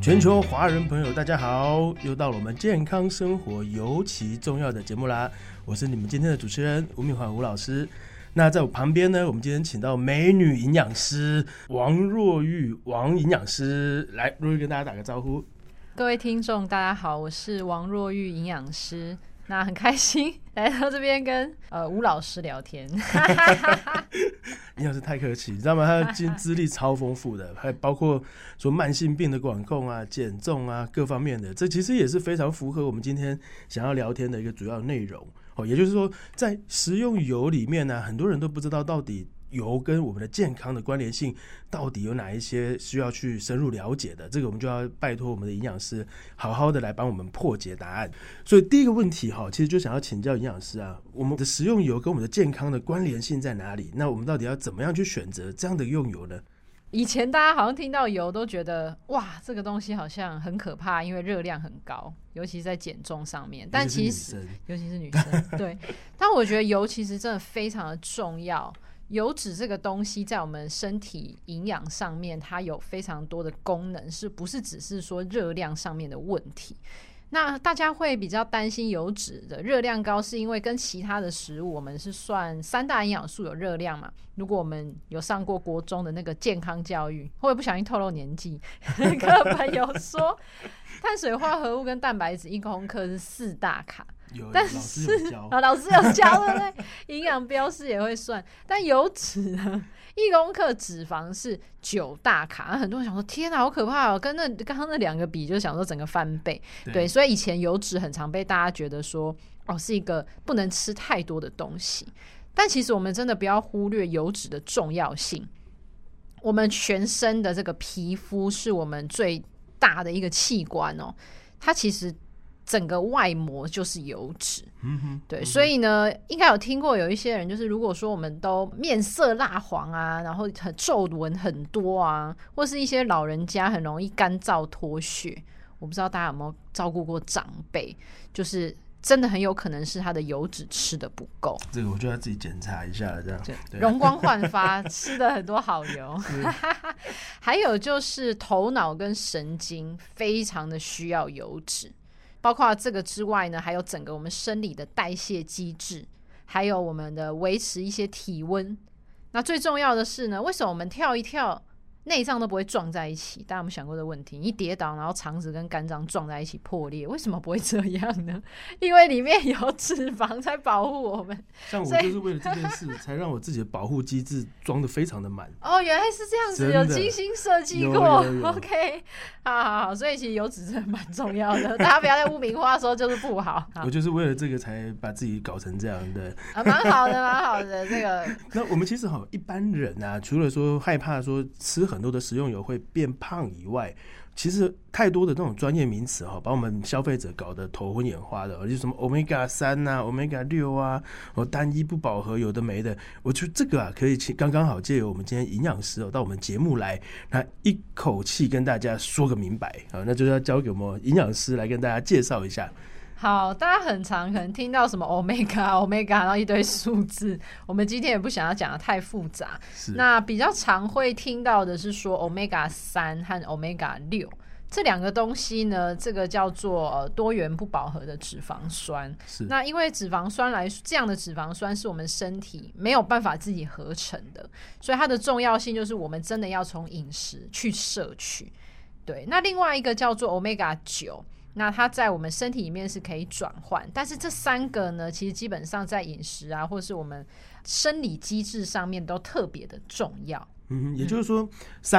全球华人朋友大家好，又到了我们健康生活尤其重要的节目啦，我是你们今天的主持人吴敏环吴老师。那在我旁边呢，我们今天请到美女营养师王若玉王营养师，来，若玉跟大家打个招呼。 各位听众大家好，我是王若玉营养师，那很开心来到这边跟吴老师聊天。 营养师太客气，你知道吗？他的资历超丰富的，还包括说慢性病的管控啊、减重啊各方面的，这其实也是非常符合我们今天想要聊天的一个主要内容。也就是说，在食用油里面呢，很多人都不知道到底油跟我们的健康的关联性到底有哪一些需要去深入了解的，这个我们就要拜托我们的营养师好好的来帮我们破解答案。所以第一个问题其实就想要请教营养师啊，我们的食用油跟我们的健康的关联性在哪里？那我们到底要怎么样去选择这样的用油呢？ 以前大家好像听到油都觉得哇，这个东西好像很可怕，因为热量很高，尤其是在减重上面。但其实尤其是女生对，但我觉得油其实真的非常的重要。油脂这个东西在我们身体营养上面，它有非常多的功能，是不是只是说热量上面的问题？那大家会比较担心油脂的热量高，是因为跟其他的食物，我们是算3大营养素有热量嘛？如果我们有上过国中的那个健康教育，会不会不小心透露年纪？课本有说，碳水化合物跟蛋白质1公克是4大卡。但是老师有教对不对？营养标示也会算，但油脂呢？1公克脂肪是9大卡，很多人想说天哪，好可怕哦！跟刚刚那2个比，就想说整个翻倍。对，所以以前油脂很常被大家觉得说是一个不能吃太多的东西，但其实我们真的不要忽略油脂的重要性。我们全身的这个皮肤是我们最大的一个器官哦，它其实整个外膜就是油脂，对，所以呢，应该有听过有一些人，就是如果说我们都面色蜡黄啊，然后皱纹很多啊，或是一些老人家很容易干燥脱屑，我不知道大家有没有照顾过长辈，就是真的很有可能是他的油脂吃的不够。这个我就要自己检查一下了，这样容光焕发，吃的很多好油。还有就是头脑跟神经非常的需要油脂。包括这个之外呢，还有整个我们生理的代谢机制，还有我们的维持一些体温。那最重要的是呢，为什么我们跳一跳内脏都不会撞在一起？大家有没有想过这个问题？一跌倒，然后肠子跟肝脏撞在一起破裂，为什么不会这样呢？因为里面有脂肪在保护我们。 像我就是为了这件事，才让我自己的保护机制装得非常的满。 哦，原来是这样子，有精心设计过。OK， 好，所以其实油脂真的蛮重要的，大家不要再污名化说就是不好。 我就是为了这个才把自己搞成这样的。 蛮好的，蛮好的。这个， 那我们其实一般人啊，除了说害怕说吃很多的食用油会变胖以外，其实太多的那种专业名词把我们消费者搞得头昏眼花的，就是什么 Omega-3 啊 Omega-6 啊，单一不饱和有的没的。我觉得这个可以刚刚好借由我们今天营养师到我们节目来，那一口气跟大家说个明白，那就要交给我们营养师来跟大家介绍一下。 好，大家很常可能听到什么 Omega， 然后一堆数字，我们今天也不想要讲得太复杂。那比较常会听到的是说 Omega-3 和 Omega-6 这2个东西呢，这个叫做多元不饱和的脂肪酸。那因为脂肪酸这样的脂肪酸是我们身体没有办法自己合成的，所以它的重要性就是我们真的要从饮食去摄取。对，那另外一个叫做 Omega-9。那它在我们身体里面是可以转换，但是这3个呢，其实基本上在饮食啊，或是我们生理机制上面都特别的重要。 也就是说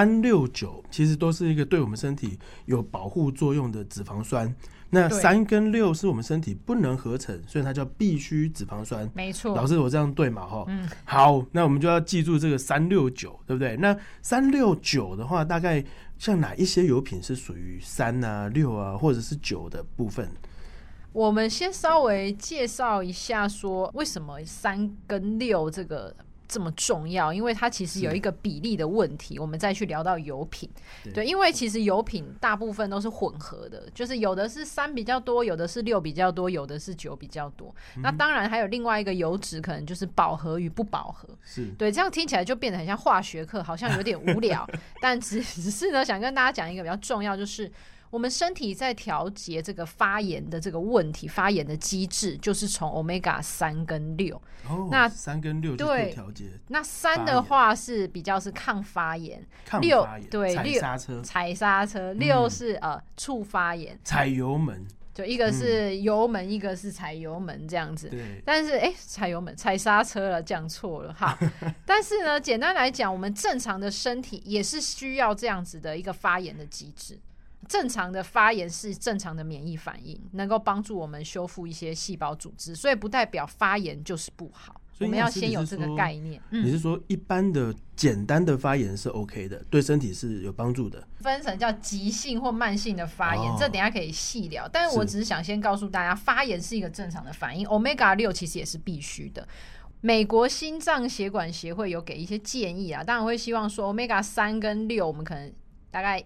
3、6、9其实都是一个对我们身体有保护作用的脂肪酸。那3跟6是我们身体不能合成，所以它叫必需脂肪酸。 没错， 老师我这样对嘛？好，那我们就要记住这个3、6、9，对不对？那3、6、9的话，大概像哪一些油品是属于3啊、6啊，或者是9的部分？ 我们先稍微介绍一下说为什么3跟6这个这么重要，因为它其实有一个比例的问题，我们再去聊到油品。对，因为其实油品大部分都是混合的，就是有的是3比较多，有的是6比较多，有的是9比较多。那当然还有另外一个油脂，可能就是饱和与不饱和。对，这样听起来就变得很像化学课，好像有点无聊。但只是呢，想跟大家讲一个比较重要，就是我们身体在调节这个发炎的这个问题，发炎的机制就是从 Omega 3跟6。 那3跟6就做调节。 那3的话是比较是抗发炎， 抗发炎， 对，踩刹车，6是促发炎， 踩油门。 就一个是油门，一个是踩油门这样子。 对。 但是踩油门踩刹车了，讲错了哈。但是呢，简单来讲，我们正常的身体也是需要这样子的一个发炎的机制。正常的发炎是正常的免疫反应，能够帮助我们修复一些细胞组织，所以不代表发炎就是不好。我们要先有这个概念。 你是说一般的简单的发炎是 OK 的，对身体是有帮助的？ 分成叫急性或慢性的发炎，这等一下可以细聊。但是我只是想先告诉大家，发炎是一个正常的反应 ，Omega 6其实也是必须的。美国心脏血管协会有给一些建议啊，当然会希望说 Omega 3跟6，我们可能大概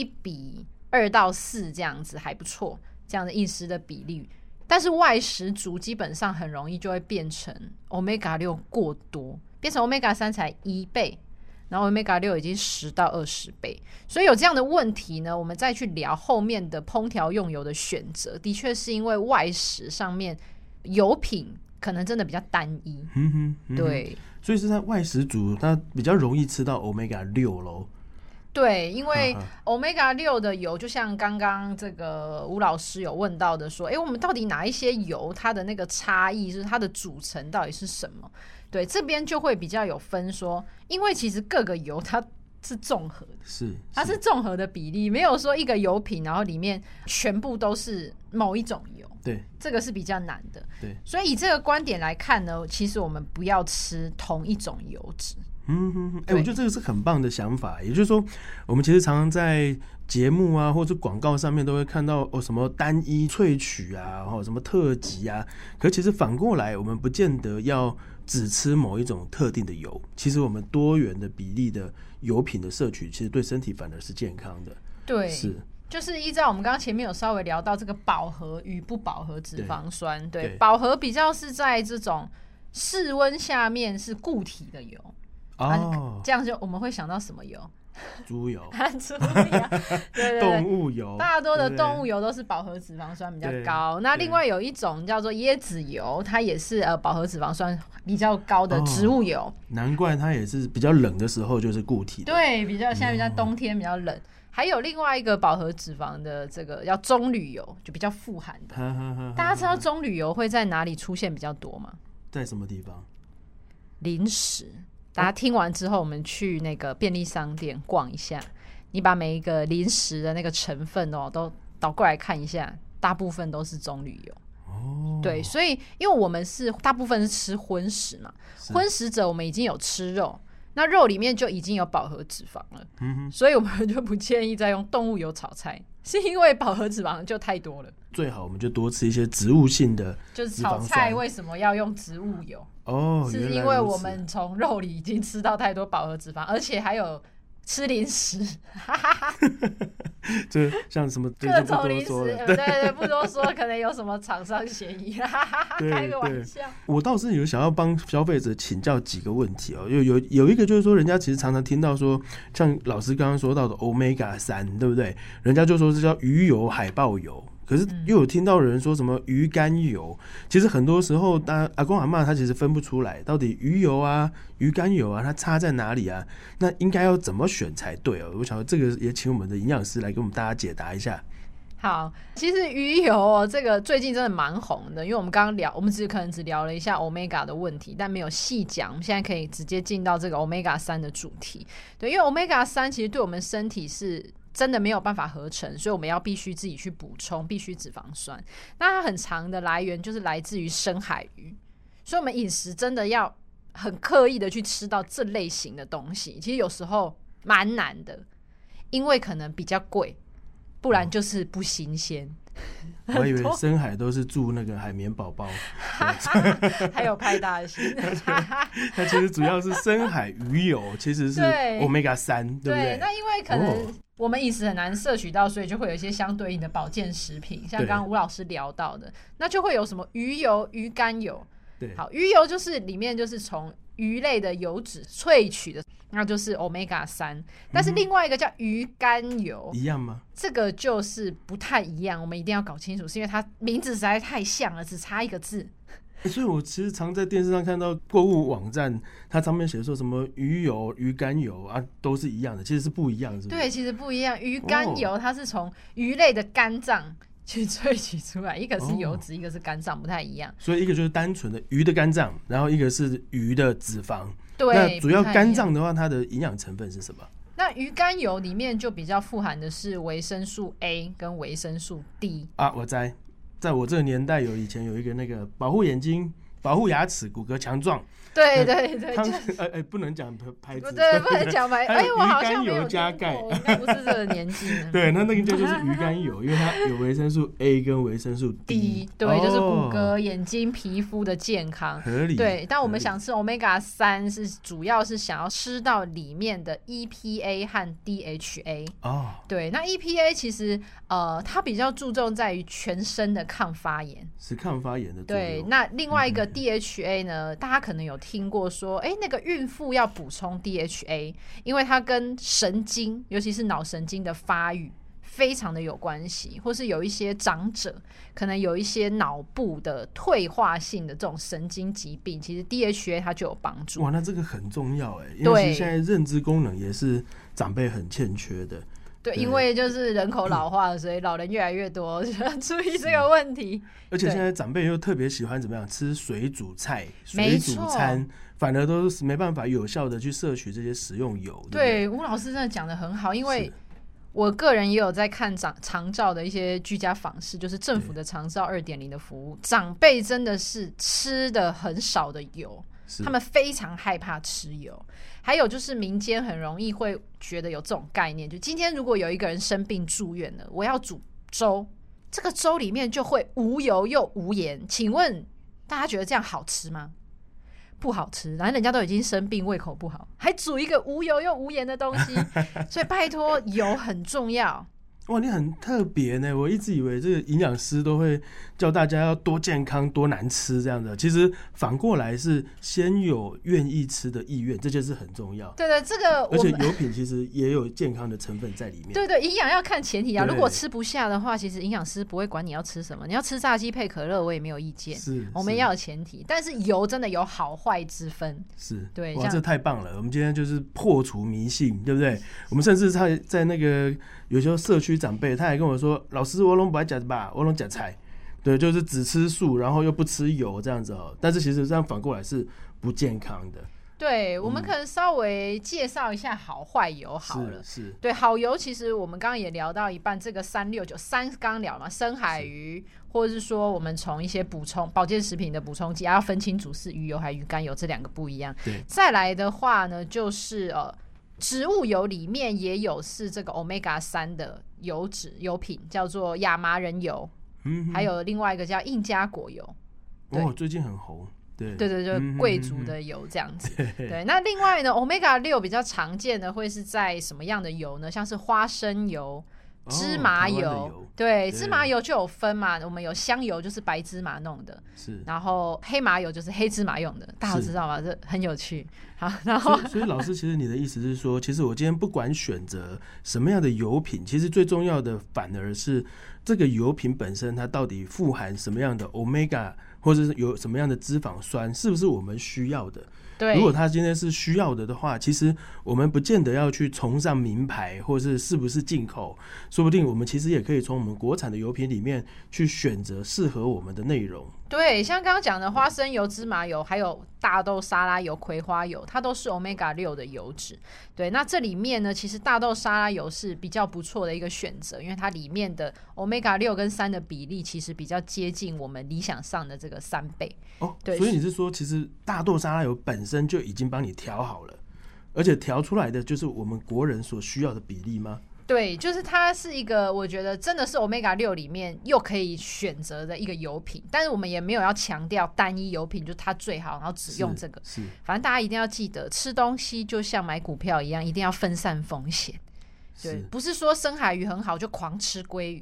1:2到4这样子还不错，这样的饮食的比例。但是外食族基本上很容易就会变成 Omega 6过多，变成 Omega 3才1倍，然后 Omega 6已经10到20倍，所以有这样的问题呢，我们再去聊后面的烹调用油的选择，的确是因为外食上面油品可能真的比较单一。对， 所以是在外食族他比较容易吃到 Omega 6咯。 对，因为 Omega 6的油，就像刚刚这个吴老师有问到的说，我们到底哪一些油它的那个差异，就是它的组成到底是什么？对，这边就会比较有分说，因为其实各个油它是综合的，它是综合的比例，没有说一个油品然后里面全部都是某一种油。 对， 这个是比较难的。 对， 所以以这个观点来看呢，其实我们不要吃同一种油脂。 我觉得这个是很棒的想法。也就是说，我们其实常常在节目啊，或者广告上面都会看到什么单一萃取啊，什么特级啊。可其实反过来，我们不见得要只吃某一种特定的油。其实我们多元的比例的油品的摄取，其实对身体反而是健康的。 对，是。就是依照我们刚刚前面有稍微聊到这个饱和与不饱和脂肪酸，对，饱和比较是在这种室温下面是固体的油。这样就我们会想到什么油？ 猪油、 猪油，对， 动物油， 大多的动物油都是饱和脂肪酸比较高。那另外有一种叫做椰子油，它也是饱和脂肪酸比较高的植物油。 难怪它也是比较冷的时候就是固体的。 对，现在比较冬天比较冷。还有另外一个饱和脂肪的这个叫棕榈油，就比较富含的。大家知道棕榈油会在哪里出现比较多吗？ 在什么地方？ 零食。大家听完之后，我们去那个便利商店逛一下，你把每一个零食的那个成分都倒过来看一下，大部分都是棕榈油。对，所以因为我们是大部分是吃荤食嘛，荤食者我们已经有吃肉，那肉里面就已经有饱和脂肪了，所以我们就不建议再用动物油炒菜，是因为饱和脂肪就太多了。 最好我们就多吃一些植物性的脂肪酸。 就是炒菜为什么要用植物油？是因为我们从肉里已经吃到太多饱和脂肪，而且还有吃零食， 就像什么各种零食，对，不多说，可能有什么厂商嫌疑，开个玩笑。 我倒是有想要帮消费者请教几个问题哦，有一个就是说，人家其实常常听到说，像老师刚刚说到的 Omega 3，对不对？人家就说是叫鱼油、海豹油。可是又有听到人说什么鱼肝油，其实很多时候阿公阿嬷他其实分不出来，到底鱼油啊、鱼肝油啊，它差在哪里啊？那应该要怎么选才对哦？我想这个也请我们的营养师来给我们大家解答一下。 好，其实鱼油这个最近真的蛮红的，因为我们刚刚我们可能只聊了一下 Omega 的问题，但没有细讲。我们现在可以直接进到这个 Omega 3的主题。对，因为 Omega 3其实对我们身体是真的没有办法合成，所以我们要必须自己去补充必需脂肪酸。那它很长的来源就是来自于深海鱼，所以我们饮食真的要很刻意的去吃到这类型的东西，其实有时候蛮难的，因为可能比较贵，不然就是不新鲜。 我以为深海都是住那个海绵宝宝， 还有派大星。 它其实主要是深海鱼油，其实是 Omega 3，对不对？ 那因为可能我们饮食很难摄取到，所以就会有一些相对应的保健食品，像刚刚吴老师聊到的，那就会有什么鱼油、鱼肝油。 对， 好，鱼油就是里面就是从鱼类的油脂萃取的， 那就是 Omega-3，但是另外一个叫鱼肝油， 一样吗？ 这个就是不太一样，我们一定要搞清楚，是因为它名字实在太像了，只差一个字。 所以我其实常在电视上看到购物网站，它上面写说什么鱼油、鱼肝油啊，都是一样的，其实是不一样，是不是？ 对，其实不一样。鱼肝油它是从鱼类的肝脏去萃取出来，一个是油脂，一个是肝脏，不太一样。 所以一个就是单纯的鱼的肝脏，然后一个是鱼的脂肪。 对， 那主要肝脏的话，它的营养成分是什么？ 那鱼肝油里面就比较富含的是维生素 A 跟维生素 D 啊，我在我这个年代以前有一个那个保护眼睛、保护牙齿、骨骼强壮。 对对对， 不能讲牌子， 对，不能讲牌。我好像没有鱼肝油加钙， 应该不是这个年纪。 对，那个就是鱼肝油，因为它有维生素 A 跟维生素 D， 对，就是骨骼、眼睛、皮肤的健康， 合理。 对，但我们想吃 Omega-3是主要是想要吃到里面的 EPA 和 DHA。对，那 EPA 其实它比较注重在于全身的抗发炎， 是抗发炎的作用。 对，那另外一个 DHA 呢，大家可能有听过说，那个孕妇要补充 DHA， 因为它跟神经，尤其是脑神经的发育非常的有关系，或是有一些长者可能有一些脑部的退化性的这种神经疾病，其实 DHA 它就有帮助。 哇，那这个很重要因为其实现在认知功能也是长辈很欠缺的。 对，因为就是人口老化，所以老人越来越多，就要注意这个问题。 而且现在长辈又特别喜欢怎么样吃水煮菜、水煮餐，反而都是没办法有效的去摄取这些食用油。 对，吴老师真的讲得很好，因为我个人也有在看长照的一些居家访视，就是政府的长照 2.0 的服务，长辈真的是吃的很少的油，他们非常害怕吃油。还有就是民间很容易会觉得有这种概念，就今天如果有一个人生病住院了，我要煮粥，这个粥里面就会无油又无盐，请问大家觉得这样好吃吗？不好吃，然后人家都已经生病胃口不好，还煮一个无油又无盐的东西，所以拜托，油很重要。 哇，你很特别呢！我一直以为这个营养师都会叫大家要多健康、多难吃这样的，其实反过来是先有愿意吃的意愿，这件事很重要。 对，这个而且油品其实也有健康的成分在里面。 对，营养要看前提啊。如果吃不下的话，其实营养师不会管你要吃什么，你要吃炸鸡配可乐，我也没有意见。我们要有前提，但是油真的有好坏之分。对，哇， 这太棒了！我们今天就是破除迷信，对不对？我们甚至在那个有时候社区长辈他还跟我说，老师我都不爱吃吧，我都吃菜，对，就是只吃素然后又不吃油这样子但是其实这样反过来是不健康的。 对，我们可能稍微介绍一下好坏油好了。 是对，好油其实我们刚刚也聊到一半，这个369刚刚聊嘛，深海鱼或者是说我们从一些补充保健食品的补充剂要分清楚是鱼油还鱼肝油，这两个不一样。 对， 再来的话呢，就是植物油里面也有是这个 Omega-3 的油品，叫做亚麻仁油，还有另外一个叫印加果油。 最近很红。对， 就是贵族的油这样子。对，那另外呢 ，Omega-6 比较常见的会是在什么样的油呢？像是花生油、芝麻油。对，芝麻油就有分嘛，我们有香油，就是白芝麻弄的，然后黑麻油就是黑芝麻用的，大家都知道吗？这很有趣。好，然后所以老师，其实你的意思是说，其实我今天不管选择什么样的油品，其实最重要的反而是这个油品本身它到底富含什么样的 Omega， 或者是有什么样的脂肪酸，是不是我们需要的？ 对， 如果它今天是需要的话，其实我们不见得要去崇尚名牌或是不是进口，说不定我们其实也可以从我们国产的油品里面去选择适合我们的内容。 对，像刚刚讲的花生油、芝麻油，还有大豆沙拉油、葵花油，它都是 Omega-6 的油脂。对，那这里面呢，其实大豆沙拉油是比较不错的一个选择，因为它里面的 Omega-6 跟3的比例其实比较接近我们理想上的这个3倍。对， 所以你是说，其实大豆沙拉油本身就已经帮你调好了，而且调出来的就是我们国人所需要的比例吗？ 对，就是它是一个我觉得真的是 Omega-6 里面又可以选择的一个油品，但是我们也没有要强调单一油品就是它最好，然后只用这个。反正大家一定要记得，吃东西就像买股票一样，一定要分散风险。对，不是说深海鱼很好就狂吃鲑鱼，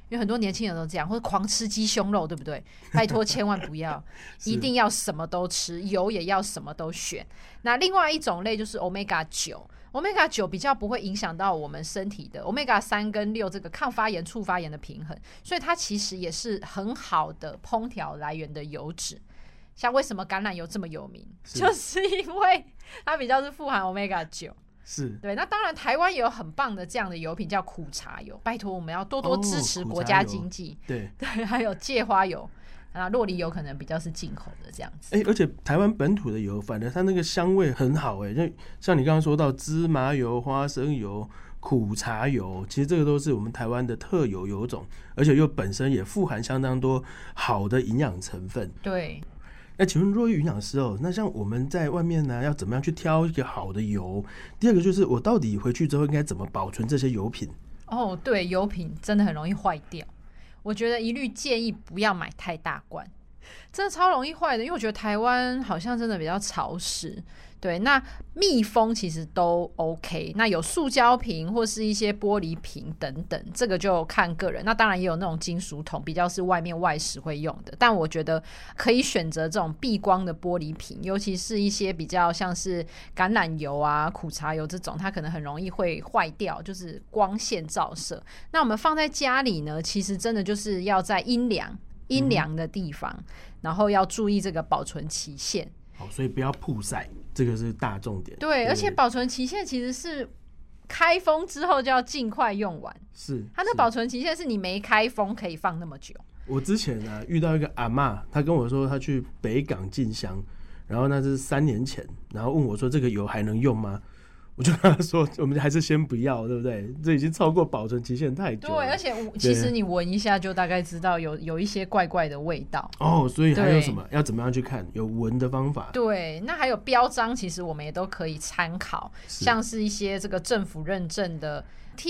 因为很多年轻人都这样，或者狂吃鸡胸肉，对不对？拜托千万不要，一定要什么都吃，油也要什么都选。那另外一种类就是 Omega 9，Omega 9比较不会影响到我们身体的 Omega 3跟6这个抗发炎、促发炎的平衡，所以它其实也是很好的烹调来源的油脂。像为什么橄榄油这么有名，就是因为它比较是富含 Omega 9。 是对，那当然台湾也有很棒的这样的油品叫苦茶油，拜托我们要多多支持国家经济。 对， 还有芥花油啊，酪梨油可能比较是进口的这样子。 而且台湾本土的油，反正它那个香味很好就像你刚刚说到芝麻油、花生油、苦茶油，其实这个都是我们台湾的特有油种，而且又本身也富含相当多好的营养成分。 对。 那请问若玉营养师那像我们在外面呢，要怎么样去挑一个好的油？第二个就是我到底回去之后应该怎么保存这些油品？ 对，油品真的很容易坏掉，我觉得一律建议不要买太大罐，真的超容易坏的，因为我觉得台湾好像真的比较潮湿。对，那密封其实都 OK， 那有塑胶瓶或是一些玻璃瓶等等，这个就看个人。那当然也有那种金属桶，比较是外面外食会用的，但我觉得可以选择这种避光的玻璃瓶，尤其是一些比较像是橄榄油啊、苦茶油这种，它可能很容易会坏掉，就是光线照射。那我们放在家里呢，其实真的就是要在阴凉的地方，然后要注意这个保存期限。 所以不要曝晒，这个是大重点。 对，而且保存期限其实是开封之后就要尽快用完。 是， 它的保存期限是你没开封可以放那么久。 我之前遇到一个阿嬷，她跟我说她去北港进香，然后那是3年前，然后问我说这个油还能用吗？我就跟他说，我们还是先不要，对不对？这已经超过保存期限太久了。 对，而且其实你闻一下就大概知道有一些怪怪的味道。 所以还有什么要怎么样去看？有闻的方法。 对，那还有标章，其实我们也都可以参考，像是一些这个政府认证的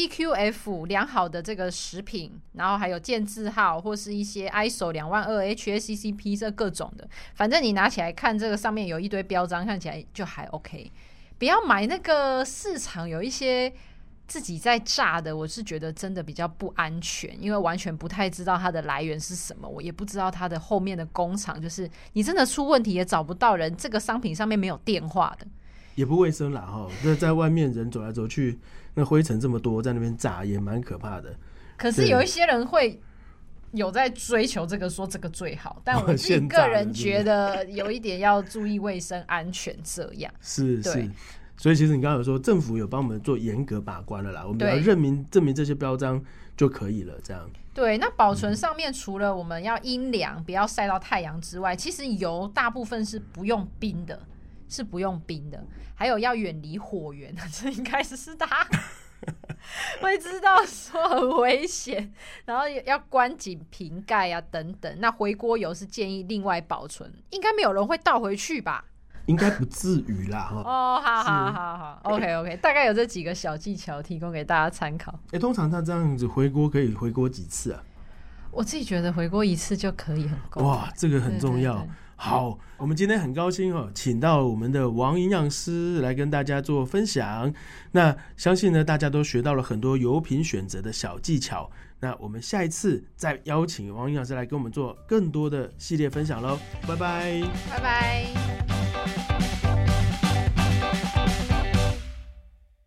TQF 良好的这个食品，然后还有建字号，或是一些 ISO 22000 HACCP 这各种的，反正你拿起来看，这个上面有一堆标章，看起来就还 OK。不要买那个市场有一些自己在炸的，我是觉得真的比较不安全，因为完全不太知道它的来源是什么，我也不知道它的后面的工厂，就是你真的出问题也找不到人，这个商品上面没有电话的， 也不卫生啦那在外面人走来走去，那灰尘这么多，在那边炸也蛮可怕的。 可是有一些人会有在追求这个，说这个最好，但我自己个人觉得有一点要注意卫生安全这样。 是，所以其实你刚刚有说政府有帮我们做严格把关了啦，我们要证明这些标章就可以了，这样。 对，那保存上面除了我们要阴凉，不要晒到太阳之外，其实油大部分是不用冰的，还有要远离火源，这应该是大家会知道说很危险，然后要关紧瓶盖啊等等。那回锅油是建议另外保存，应该没有人会倒回去吧？ 应该不至于啦好 OK， 大概有这几个小技巧提供给大家参考。 通常他这样子回锅可以回锅几次啊？ 我自己觉得回锅1次就可以很够。 哇，这个很重要。 对。 好，我们今天很高兴请到我们的王营养师来跟大家做分享。那相信呢，大家都学到了很多油品选择的小技巧。那我们下一次再邀请王营养师来跟我们做更多的系列分享咯。拜拜。